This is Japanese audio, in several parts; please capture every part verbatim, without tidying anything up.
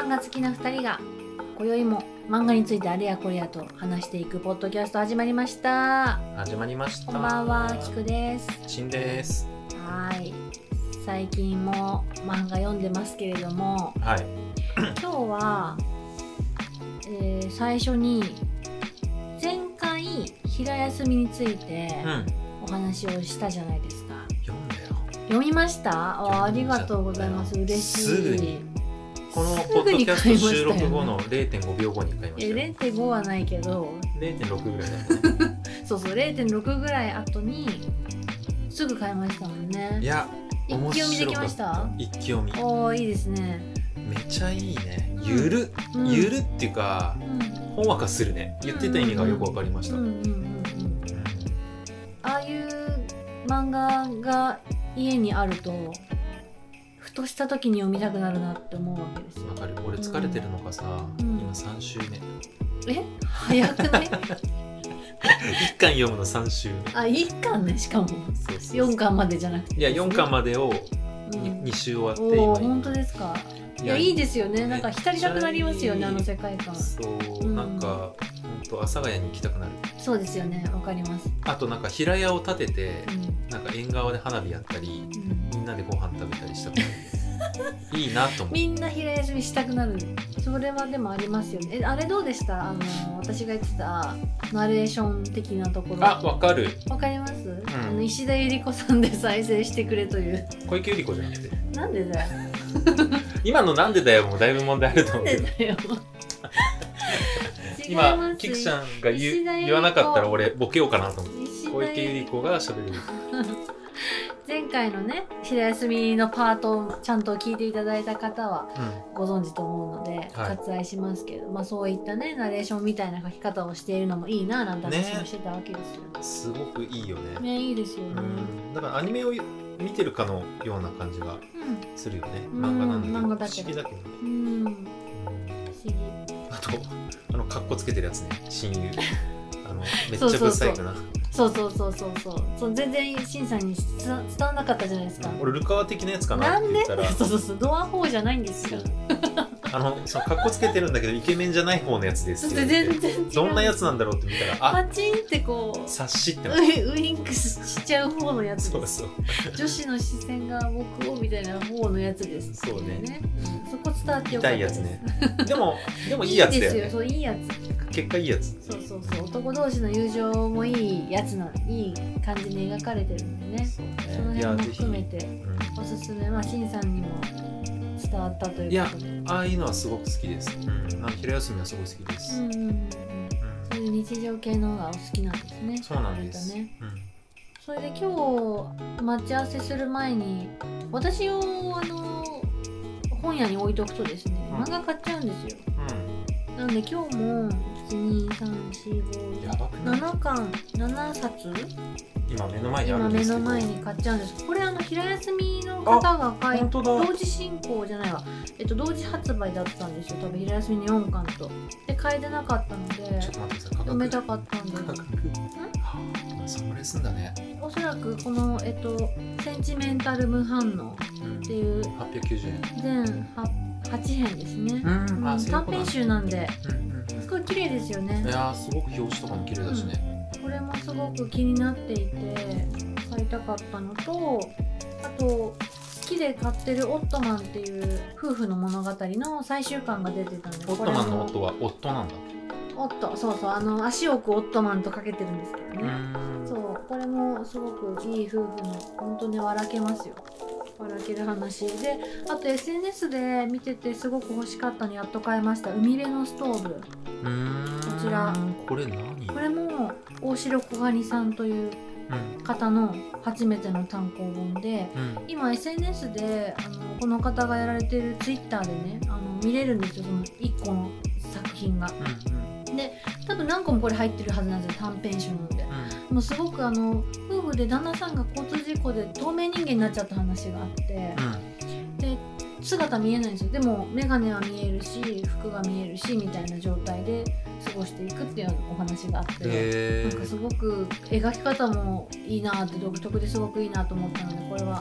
漫画好きなふたりが今宵も漫画についてあれやこれやと話していくポッドキャスト始まりました。 始まりました。 こんばんは、きくです。 しんです。 はい、最近も漫画読んでますけれども、 はい、 今日は、えー、最初に前回平休みについてお話をしたじゃないですか、うん、 読んだよ。 読みました。あ、ありがとうございます。嬉しい。すぐにこのポッドキャスト収録後の れいてんごびょうごに買いましたよ。 れいてんご はないけどれいてんろく ぐらいだねそうそう れいてんろく ぐらい後にすぐ買いましたもんね。 いや、 一気読みできました。 一気読み。 おー、いいですね。 めちゃいいね。ゆる、うん、ゆるっていうか、うん、ほんわかするね。言ってた意味がよくわかりました。 ああいう漫画が家にあるとふとした時に読みたくなるなって思うわけですよ。 わかる。俺疲れてるのかさ、うん、今さん週目。 え、早くない？ いっかん読むのさん週目。 あ、いっかんね。しかもそうそうそう、よんかんまでじゃなくて、 いやよんかんまでを 2, 2週終わって、 おー、本当ですか。いや、いいですよね。なんか浸りたくなりますよね、あの世界観。 そう、うん、なんか本当阿佐ヶ谷に行きたくなる。 そうですよね、わかります。 あとなんか平屋を建てて、うん、なんか縁側で花火やったり、うん、みんなでご飯食べたりしたくなるいいなと思う。みんな平休みしたくなる。それはでもありますよね。え、あれどうでした？あの私が言ってたナレーション的なところ。 あ、わかる。 わかります？うん、あの石田ゆり子さんで再生してくれという。 小池百合子じゃなくて。 なんでだよ。 今のなんでだよもうだいぶ問題あると思うけど。 なんでだよ。 今キクちゃんが 言, 言わなかったら俺ボケようかなと思って。小池百合子が喋る。 前回のね平休みのパートをちゃんと聞いていただいた方はご存知と思うので、うん、割愛しますけど、はい、まあそういったねナレーションみたいな書き方をしているのもいいななんて話をしてたわけですよ、 ね、すごくいいよね。 ね、いいですよね、 うん、だからアニメを見てるかのような感じがするよね、うん、漫画なんだけど、 漫画だけ不思議だけどね、 うん、不思議。 あとあのカッコつけてるやつね、親友あのめっちゃブサイクなそうそうそうそうそうそう、全然シンさんに伝わらなかったじゃないですか。 俺ルカワ的なやつかなって言ったら、 なんでそうそうそう、ドアフォーじゃないんですよ。 あのそのカッコつけてるんだけどイケメンじゃない方のやつですって全然違う。 どんなやつなんだろうって見たら、あ、 パチンってこう察しってウインクしちゃう方のやつです。 そうそう女子の視線が僕をみたいな方のやつです。 そうね、 うん、そこ伝わってよかったです。 痛いやつね。でもでもいいやつだよね。 いいですよ、そう、いいやつ。 結果いいやつ。 そうそうそう、男同士の友情もいいやつな、いい感じに描かれてるんでね。そうね、その辺も含めて、うん、おすすめ、まあしんさんにも伝わったということで。 いや、ああいうのはすごく好きです。うん、あの平休みはすごい好きです。うんうんうん、 そういう日常系のがお好きなんですね。 そうなんです。 ね、うん、それで今日待ち合わせする前に私をあの本屋に置いとくとですね、うん、漫画買っちゃうんですよ。うん、なんで今日もいちにさんしごななかんななさつ今目の前にあるんですけど、 今目の前に買っちゃうんです。これあの平休みの方が書いて同時進行じゃないわ、えっと同時発売だったんですよ。多分平休みのよんかんとで買えてなかったので、 ちょっと待ってください、 読めたかったんで。 それすんだね。 おそらくこのえっとセンチメンタル無反応っていう、うん、 はっぴゃくきゅうじゅうえん全はちへんですね。うん、 うん、 短編集なんで、 うんうん、 すごい綺麗ですよね。 いやー、すごく表紙とかも綺麗だしね、 うん、これもすごく気になっていて買いたかったのと、あと好きで買ってるオットマンっていう夫婦の物語の最終巻が出てたんで、 オットマンの夫は夫なんだ。 オット、そうそう、あの足を置くオットマンとかけてるんですけどね。そう、これもすごくいい夫婦の、本当に笑けますよ。笑ける話で、あと エスエヌエス で見ててすごく欲しかったのやっと買いました。海辺のストーブ。 うーん、 こちらこれ何？ これも大城小蟹さんという方の初めての単行本で、うん、今 エスエヌエス であのこの方がやられてる ツイッター でね、あの見れるんですよ、そのいっこの作品が、うんうん、で多分何個もこれ入ってるはずなんですよ、短編集なので、うん、もうすごくあの夫婦で旦那さんが交通事故で透明人間になっちゃった話があって、うん、で姿見えないんですよ。でも眼鏡は見えるし服が見えるしみたいな状態で過ごしていくっていうお話があって、なんかすごく描き方もいいなって、独特ですごくいいなと思ったので、これは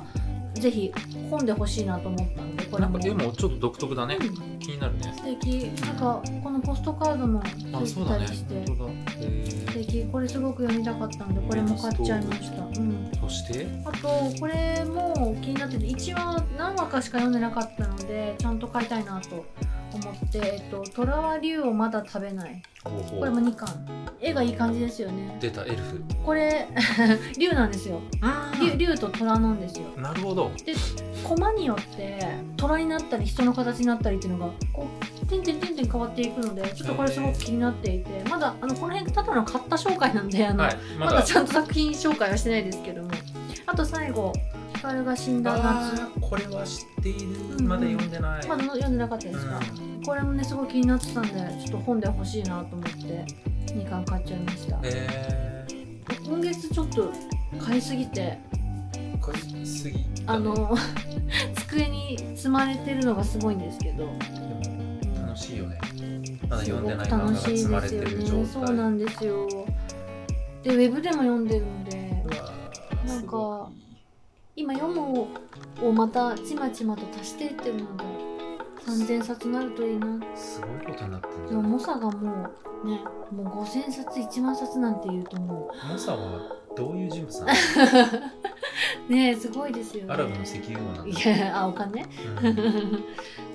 ぜひ本で欲しいなと思ったんで、これもなんかでもちょっと独特だね、うん、気になるね。 素敵。なんかこのポストカードもついてたりして、 あ、そうだね、 素敵。これすごく読みたかったんでこれも買っちゃいました。うん、 そしてあとこれも気になってて、いちわ何話かしか読んでなかったのでちゃんと買いたいなと思って、えっと、虎は竜をまだ食べない。これもにかん。絵がいい感じですよね。 出たエルフ。 これ竜なんですよ。竜、竜と虎なんですよ。 なるほど。 でコマによって虎になったり人の形になったりっていうのがこうてんてんてんてん変わっていくので、ちょっとこれすごく気になっていて、まだあのこの辺ただの買った紹介なんで、あの、はい、ま, だまだちゃんと作品紹介はしてないですけども、あと最後光が死んだ夏。 これは知っている、うん、まだ読んでない。 まだ読んでなかったですか、うん、これもねすごい気になってたんで、ちょっと本で欲しいなと思ってにかん買っちゃいました。 えー、今月ちょっと買いすぎて買いすぎ、ね、 あの机に積まれてるのがすごいんですけど、 でも楽しいよね。まだ読んでない漫画が積まれてる状態。 そうなんですよ。でウェブでも読んでるので、なんか今読むをまたちまちまと足していってるのでさんぜんさつになるといいな。 すごいことになってるんじゃない。猛者がもうね、もうごせんさついちまんさつなんていうともう。猛者はどういう人物なのねえ、すごいですよね。 アラブの石油王なんだ。 いや、あ、お金、うん、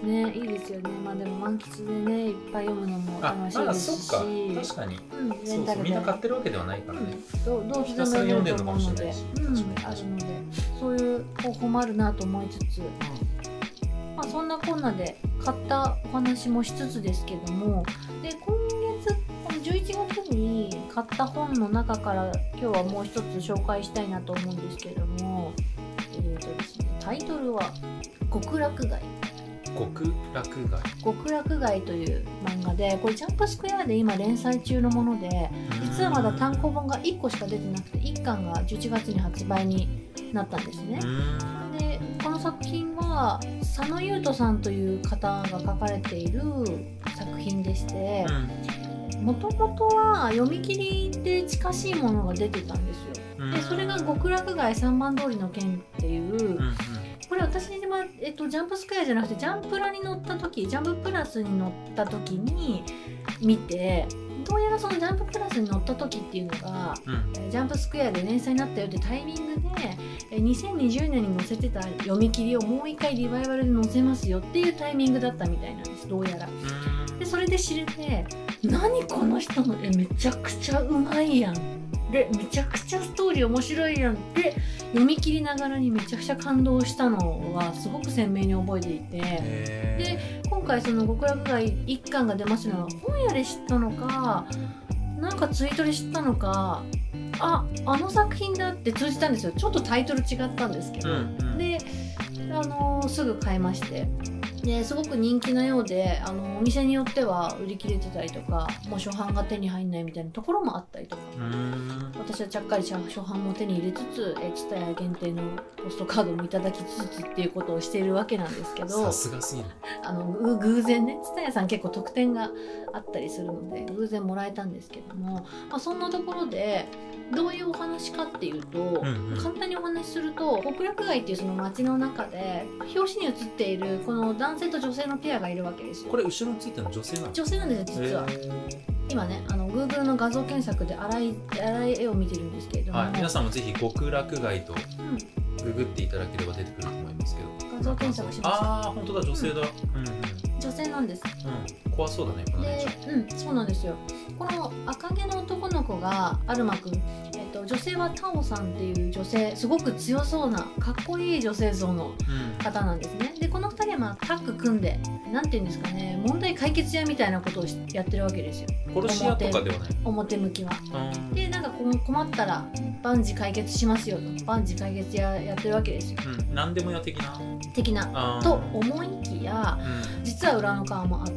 ね、いいですよね。まあでも満喫でね、いっぱい読むのも楽しいですし。あ、 まあ、そっか、確かに、うん、そうそう、みんな買ってるわけではないからね、うん、どうどう読めると思うので、うん、あるので、そういう方法もあるなと思いつつ、うん、まあそんなこんなで買ったお話もしつつですけども、で今月じゅういちがつに買った本の中から今日はもう一つ紹介したいなと思うんですけれども、えーとですね、タイトルは極楽街。 極楽街極楽街という漫画で、これジャンプスクエアで今連載中のもので、実はまだ単行本がいっこしか出てなくていっかんがじゅういちがつに発売になったんですね。でこの作品は佐野優斗さんという方が書かれている作品でして、もともとは読み切りで近しいものが出てたんですよ。でそれが極楽街さんばん通りの件っていう、うんうん、これ私は、えっと、ジャンプスクエアじゃなくてジャンプラに乗った時、ジャンププラスに乗った時に見て、どうやらそのジャンププラスに乗った時っていうのが、うん、ジャンプスクエアで連載になったよってタイミングでにせんにじゅうねんに載せてた読み切りをもう一回リバイバルで載せますよっていうタイミングだったみたいなんです、どうやら。でそれで知れて、何この人の絵めちゃくちゃうまいやん、でめちゃくちゃストーリー面白いやんって読み切りながらにめちゃくちゃ感動したのはすごく鮮明に覚えていて、で今回その極楽街いっかんが出ますのは本屋で知ったのか、なんかツイートで知ったのか、あ、あの作品だって通じたんですよ。ちょっとタイトル違ったんですけど、うんうん、で、あのー、すぐ買いまして、ですごく人気なようで、あのお店によっては売り切れてたりとか、もう初版が手に入んないみたいなところもあったりとか、私はちゃっかり初版も手に入れつつ、えツタヤ限定のポストカードもいただきつつっていうことをしているわけなんですけど、 さすがすぎる。 あの偶然ね、ツタヤさん結構特典があったりするので偶然もらえたんですけども、まあ、そんなところでどういうお話かっていうと、うんうん、簡単にお話しすると、極楽街っていうその街の中で表紙に写っているこの男性と女性のペアがいるわけですよ。 これ後ろについてるの女性なの？女性なんですよ実は。今ね、あの Google の画像検索で荒い荒い絵を見てるんですけれども、 はい、皆さんもぜひ極楽街とググっていただければ出てくると思いますけど、 うん、画像検索しました。 ああ、本当だ、女性だ、うんうんうん、 女性なんです、 うん、怖そうだねこので、うん、そうなんですよ。この赤毛の男の子がアルマくん、えっと、女性はタオさんっていう女性、すごく強そうなかっこいい女性像の方なんですね、うん、でこのふたりはまあタッグ組んで、なんていうんですかね、問題解決屋みたいなことをやってるわけですよ。 殺し屋とかではない、 表向きは、うん、でなんかこう困ったら万事解決しますよと、万事解決屋やってるわけですよ、 うん、何でも屋的な的なと思いきや、うん、実は裏の顔もあって、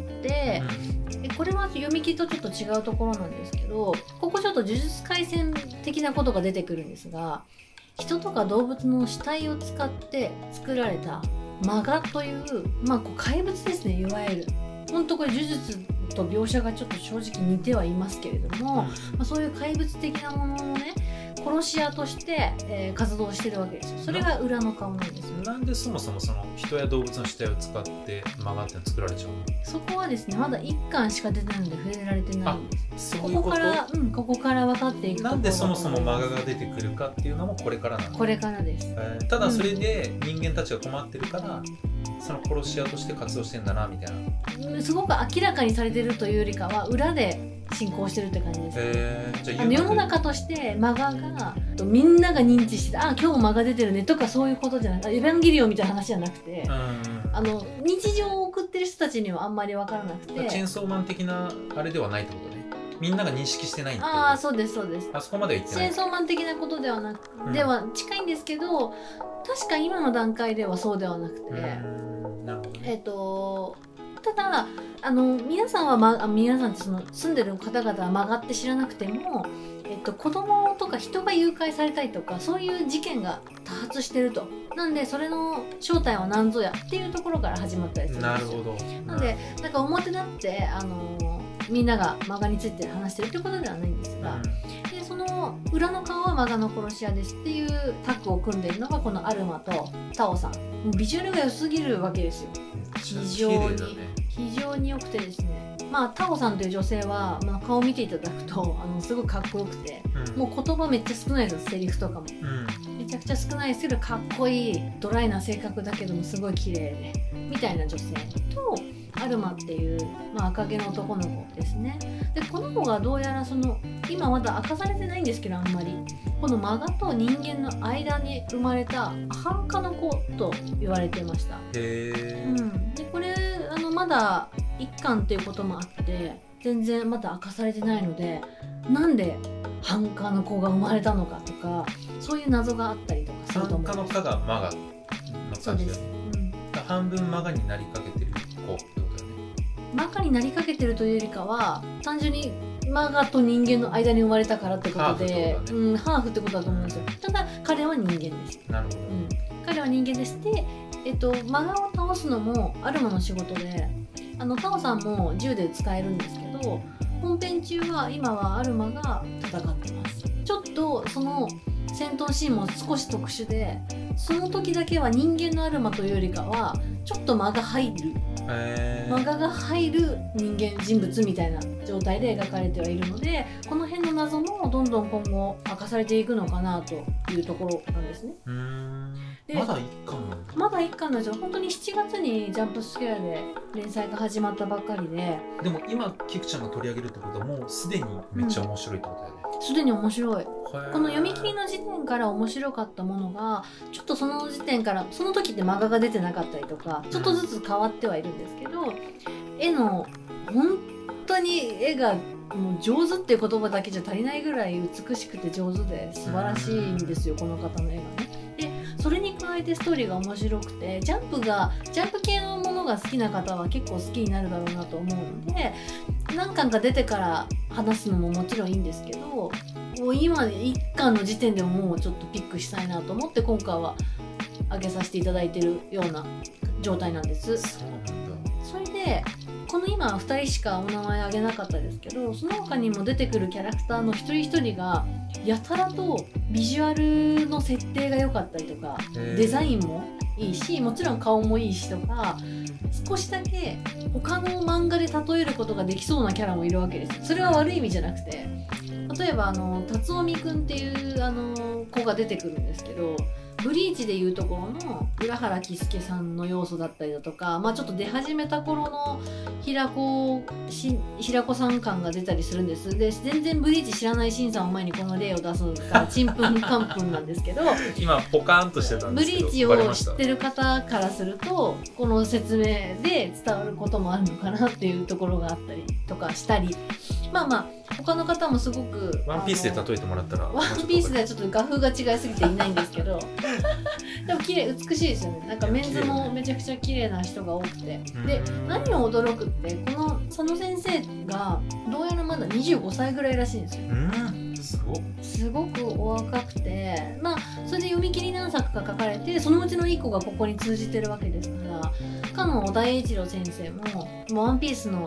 うん、これは読み切りとちょっと違うところなんですけど、ここちょっと呪術廻戦的なことが出てくるんですが、人とか動物の死体を使って作られた魔画という、まあ、こう怪物ですね、いわゆる。本当これ呪術と描写がちょっと正直似てはいますけれども、うん、まあ、そういう怪物的なものをね、 殺し屋として、えー、活動してるわけですよ。それが裏の顔なんですよ。 なんでそもそもその人や動物の死体を使って漫画っての作られちゃうの？ そこはですね、まだいっかんしか出てないので触れられてないんです。 そういうこと？ ここから、うん、ここから分かっていくところ。 なんでそもそも漫画が出てくるかっていうのもこれからなの？ これからです。 えー、ただそれで人間たちが困ってるから、うん、その殺し屋として活動してんだなみたいな。すごく明らかにされてるというよりかは裏で進行してるって感じです、ね。 えー、じゃああの世の中としてマガがみんなが認知してあ今日マガ出てるねとかそういうことじゃなくて、エヴァンゲリオンみたいな話じゃなくて、うん、あの日常を送ってる人たちにはあんまり分からなくて、 チェーンソーマン的なあれではないってことね。みんなが認識してないんだ。 ああそうですそうです。 あそこまでは言ってない。 チェーンソーマン的なことではなく、うん、では近いんですけど、確か今の段階ではそうではなくて、 うんなるほどね、 えっとただあの皆さんは、ま、皆さんってその住んでる方々は曲がって知らなくても、えっと、子供とか人が誘拐されたりとかそういう事件が多発してると。なんでそれの正体は何ぞやっていうところから始まったりするんですよ。 なるほど。 なんでなんか表立ってあのみんながマガについて話してるってことではないんですが、うん、でその裏の顔はマガの殺し屋ですっていうタッグを組んでいるのがこのアルマとタオさん。もうビジュアルが良すぎるわけですよ。非常に、ね、非常に良くてですね、まあタオさんという女性は、まあ、顔を見ていただくとあのすごいかっこよくて、うん、もう言葉めっちゃ少ないですよ、セリフとかも、うん、めちゃくちゃ少ないですけどかっこいいドライな性格だけどもすごい綺麗でみたいな女性とアルマっていう、まあ、赤毛の男の子ですね。でこの子がどうやらその今まだ明かされてないんですけど、あんまりこのマガと人間の間に生まれた繁華の子と言われていました。 へー、 うん、でこれあのまだいっかんっていうこともあって全然まだ明かされてないので、なんで繁華の子が生まれたのかとかそういう謎があったりとかすると思う。 繁華の子がマガの感じだよね。うん、半分マガになりかけてる子ってことだよね。 マガになりかけてるというよりかは単純にマガと人間の間に生まれたからってことで、ハーフってことだね。うん、ハーフってことだと思うんですよ。ただ彼は人間です。 なるほど、うん、 彼は人間でして、えっと、マガを倒すのもアルマの仕事で、あのタオさんも銃で使えるんですけど、本編中は今はアルマが戦ってます。ちょっとその戦闘シーンも少し特殊で、その時だけは人間のアルマというよりかはちょっと間が入る、間が入る人間人物みたいな状態で描かれてはいるので、この辺の謎もどんどん今後明かされていくのかなというところなんですね。 うーんでまだいっかんなんだ。 まだいっかんなんですよ。本当にしちがつにジャンプスクエアで連載が始まったばっかりで。 でも今キクちゃんが取り上げるってことはもうすでにめっちゃ面白いってことだよね。 すで、うん、に面白い。この読み切りの時点から面白かったものがちょっとその時点からその時ってマガが出てなかったりとかちょっとずつ変わってはいるんですけど、うん、絵の本当に絵がもう上手っていう言葉だけじゃ足りないぐらい美しくて上手で素晴らしいんですよ、この方の絵がね。でそれに加えてストーリーが面白くて、ジャンプがジャンプ系のものが好きな方は結構好きになるだろうなと思うので、何巻か出てから話すのももちろんいいんですけど、もう今いっかんの時点でももうちょっとピックしたいなと思って今回は上げさせていただいてるような状態なんです。 そうなんだ。 それでこの今ふたりしかお名前挙げなかったですけど、その他にも出てくるキャラクターの一人一人がやたらとビジュアルの設定が良かったりとか、デザインもいいし、もちろん顔もいいしとか、少しだけ他の漫画で例えることができそうなキャラもいるわけです。それは悪い意味じゃなくて、例えばあの辰臣くんっていうあの子が出てくるんですけど、ブリーチでいうところの浦原喜助さんの要素だったりだとか、まあ、ちょっと出始めた頃の平子し平子さん感が出たりするんです。で全然ブリーチ知らないシンさんを前にこの例を出すからちんぷんかんぷんなんですけど今ポカーンとしてたんですけど、 ブリーチを知ってる方からするとこの説明で伝わることもあるのかなっていうところがあったりとかしたり、まあまあ他の方もすごくワンピースで例えてもらったら、 ワンピースではちょっと画風が違いすぎていないんですけどでも綺麗美しいですよね。なんかメンズもめちゃくちゃ綺麗な人が多くて、で何を驚くってこの佐野先生がどうやらまだにじゅうごさいぐらいらしいんですよ。 うんすごすごくお若くて、まあそれで読み切り何作か書かれて、そのうちのいっこがここに通じてるわけですから、かの小田栄一郎先生もワンピースの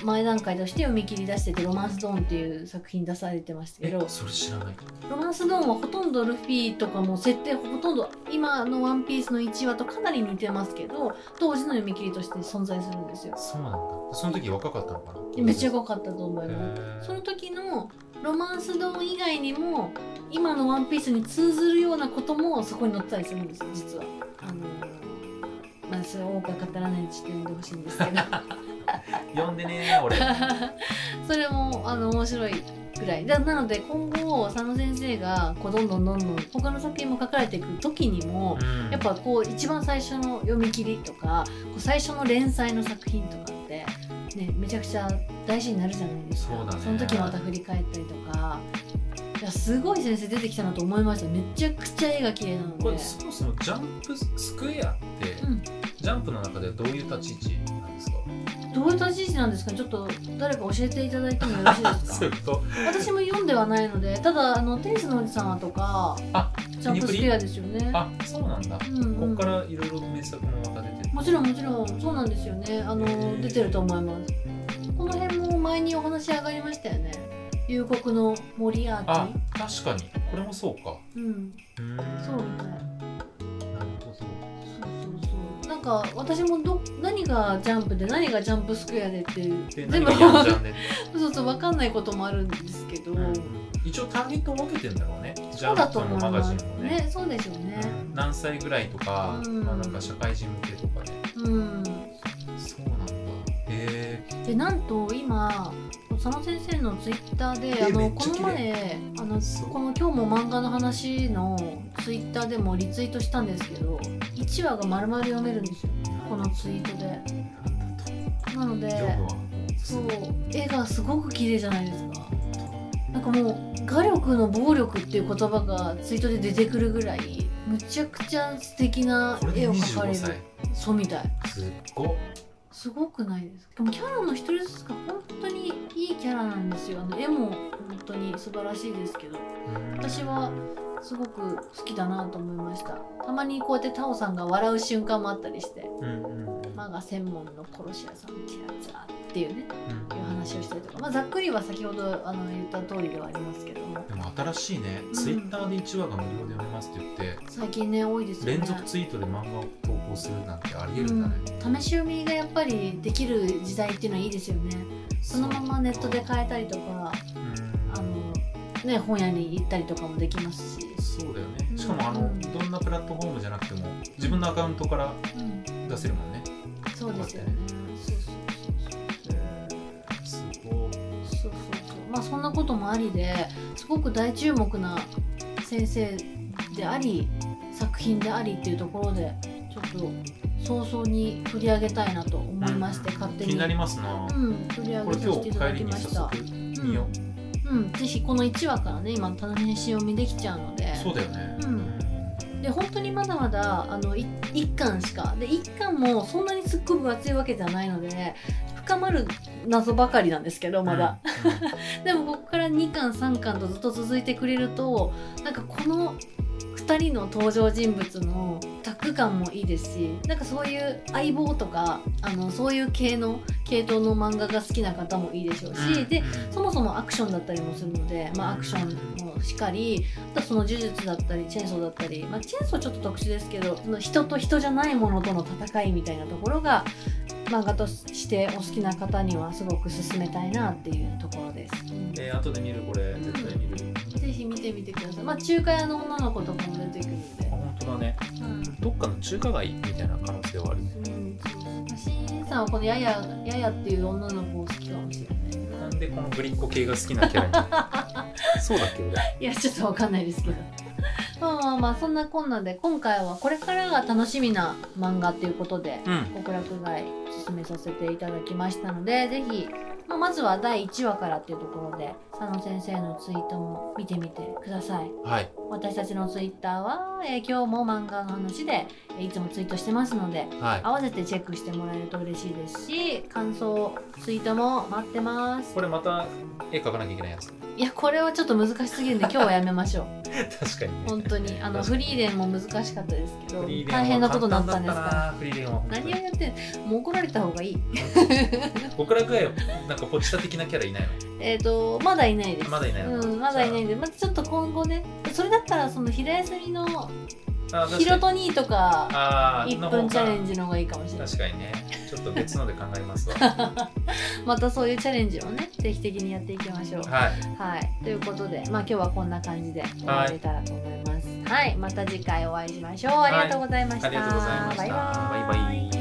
前段階として読み切り出してて、ロマンスドーンっていう作品出されてましたけど、 それ知らない。 ロマンスドーンはほとんどルフィとかも設定ほとんど今のワンピースのいちわとかなり似てますけど、当時の読み切りとして存在するんですよ。 そうなんだ。その時若かったのかな。 めっちゃ若かったと思います。その時のロマンスドーン以外にも今のワンピースに通ずるようなこともそこに載ってたりするんですよ、実は。あのー、まあそれ多くは語らないでちょっと読んでほしいんですけど読んでねー俺それもあの面白いぐらいだ。なので今後佐野先生がこうどんどんどんどん他の作品も書かれていく時にも、うん、やっぱこう一番最初の読み切りとかこう最初の連載の作品とかってね、めちゃくちゃ大事になるじゃないですか。そうだね。その時また振り返ったりとか、いやすごい先生出てきたなと思いました。めちゃくちゃ絵が綺麗なので。 これそもそもジャンプスクエアって、うん、ジャンプの中ではどういう立ち位置なんですか？ どういう立ち位置なんですかね。ちょっと誰か教えていただいてもよろしいですか？そういうこと。私も読んではないので、ただあのテニスのおじさんとかジャンプスクエアですよね。 あ、そうなんだ。うんうん、ここからいろいろ名作もまた出てる。 もちろんもちろんそうなんですよね。あの出てると思います。この辺も前にお話上がりましたよね。夕刻のモリアーティ。 あ、確かにこれもそうか。 うん。うんそうみたい。なるほど。そうそうそう。なんか私もど何がジャンプで何がジャンプスクエアでっていう全部そうそう分かんないこともあるんですけど。うん、 一応ターゲットを分けてんだろうね。 そうだと思います。ジャンプのマガジンもね。ね、そうでしょうね。 うん、何歳ぐらいとか、うん、まあなんか社会人向けとかね。うん。そうなんだ。へえ。 でなんと今佐野先生のツイッターであのこの前あのこの今日も漫画の話のツイッターでもリツイートしたんですけど、いちわが丸々読めるんですよ、このツイートで。なのでそう絵がすごく綺麗じゃないですか。なんかもう画力の暴力っていう言葉がツイートで出てくるぐらいむちゃくちゃ素敵な絵を描かれる。そうみたい。 すっごすごくないですか。でもキャラの一人ずつが本当にいいキャラなんですよ。あの絵も本当に素晴らしいですけど、私はすごく好きだなと思いました。たまにこうやってタオさんが笑う瞬間もあったりして、うんうん、マガ専門の殺し屋さんってやつだっていうね、うん、いう話をしたりとか、まあ、ざっくりは先ほどあの言った通りではありますけども。 でも新しいね、うん、ツイッターでいちわが無料で読めますって言って最近ね多いですよね。 連続ツイートで漫画を投稿するなんてありえるんだね、 うん、試し読みがやっぱりできる時代っていうのはいいですよね。そのままネットで買えたりとか、うん、あのね、本屋に行ったりとかもできますし。 そうだよね。しかもあの、うん、どんなプラットフォームじゃなくても自分のアカウントから出せるもんね、 うん、そうですよね。そうそうそうそう、すごい。そうそうそう、まあそんなこともありですごく大注目な先生であり作品でありっていうところでちょっと早々に取り上げたいなと思いまして、うん、勝手に気になりますな、 うん、取り上げさせていただきました。見よう。うん、ぜひこのいちわからね今楽しみ読みできちゃうので。 そうだよね、うん、 で本当にまだまだあのいっかんしかでいっかんもそんなにすっごく分厚いわけじゃないので深まる謎ばかりなんですけどまだ、うんうん、でもここからにかんさんかんとずっと続いてくれるとなんかこのふたりの登場人物のタッグ感もいいですし、なんかそういう相棒とかあのそういう系の系統の漫画が好きな方もいいでしょうし、うん、でそもそもアクションだったりもするので、まあ、アクションもしっかりあとその呪術だったりチェーンソーだったり、まあ、チェーンソーちょっと特殊ですけどその人と人じゃないものとの戦いみたいなところが漫画としてお好きな方にはすごく勧めたいなっていうところです。 えー、後で見るこれ絶対見る、 うん、ぜひ見てみてください。まあ中華屋の女の子とかも出てくるんで。 本当だね、うん、どっかの中華街みたいな可能性はあるね。うん、 そうしんさんはこのややややっていう女の子を好きかもしれない。 なんでこのぶりっ子系が好きなキャラにそうだっけ俺。 いやちょっとわかんないですけどまあまあまあそんなこんなで今回はこれからが楽しみな漫画っていうことで、うん、極楽街進めさせていただきましたのでぜひ、まあ、まずはだいいちわからっていうところで佐野先生のツイートも見てみてください。 はい、 私たちのツイッターは、えー、今日も漫画の話で、えー、いつもツイートしてますので、はい、合わせてチェックしてもらえると嬉しいですし感想ツイートも待ってます。 これまた絵描かなきゃいけないやつ？ いやこれはちょっと難しすぎるんで今日はやめましょう確かにね。 本当にあの確かにフリーレンも難しかったですけどフリーレンは大変なことになったんです簡単だかったなフリーレンはら。何をやってんもう怒られた方がいい。 僕らぐらいなんかポチタ的なキャラいないの？ えっとまだいないです。 まだいないのか、 うん、まだいないんで、またちょっと今後ね、それだったらその昼休みのあヒロトニーとかあいっぷんチャレンジの方がいいかもしれない。 確かにね、ちょっと別ので考えますわ。 またそういうチャレンジをね定期的にやっていきましょう。 はい、 はい、ということで、まあ、今日はこんな感じで終われたらと思います。はい、はい、また次回お会いしましょう。ありがとうございました。 はい、ありがとうございました。 バイバーイ。 バイバイ。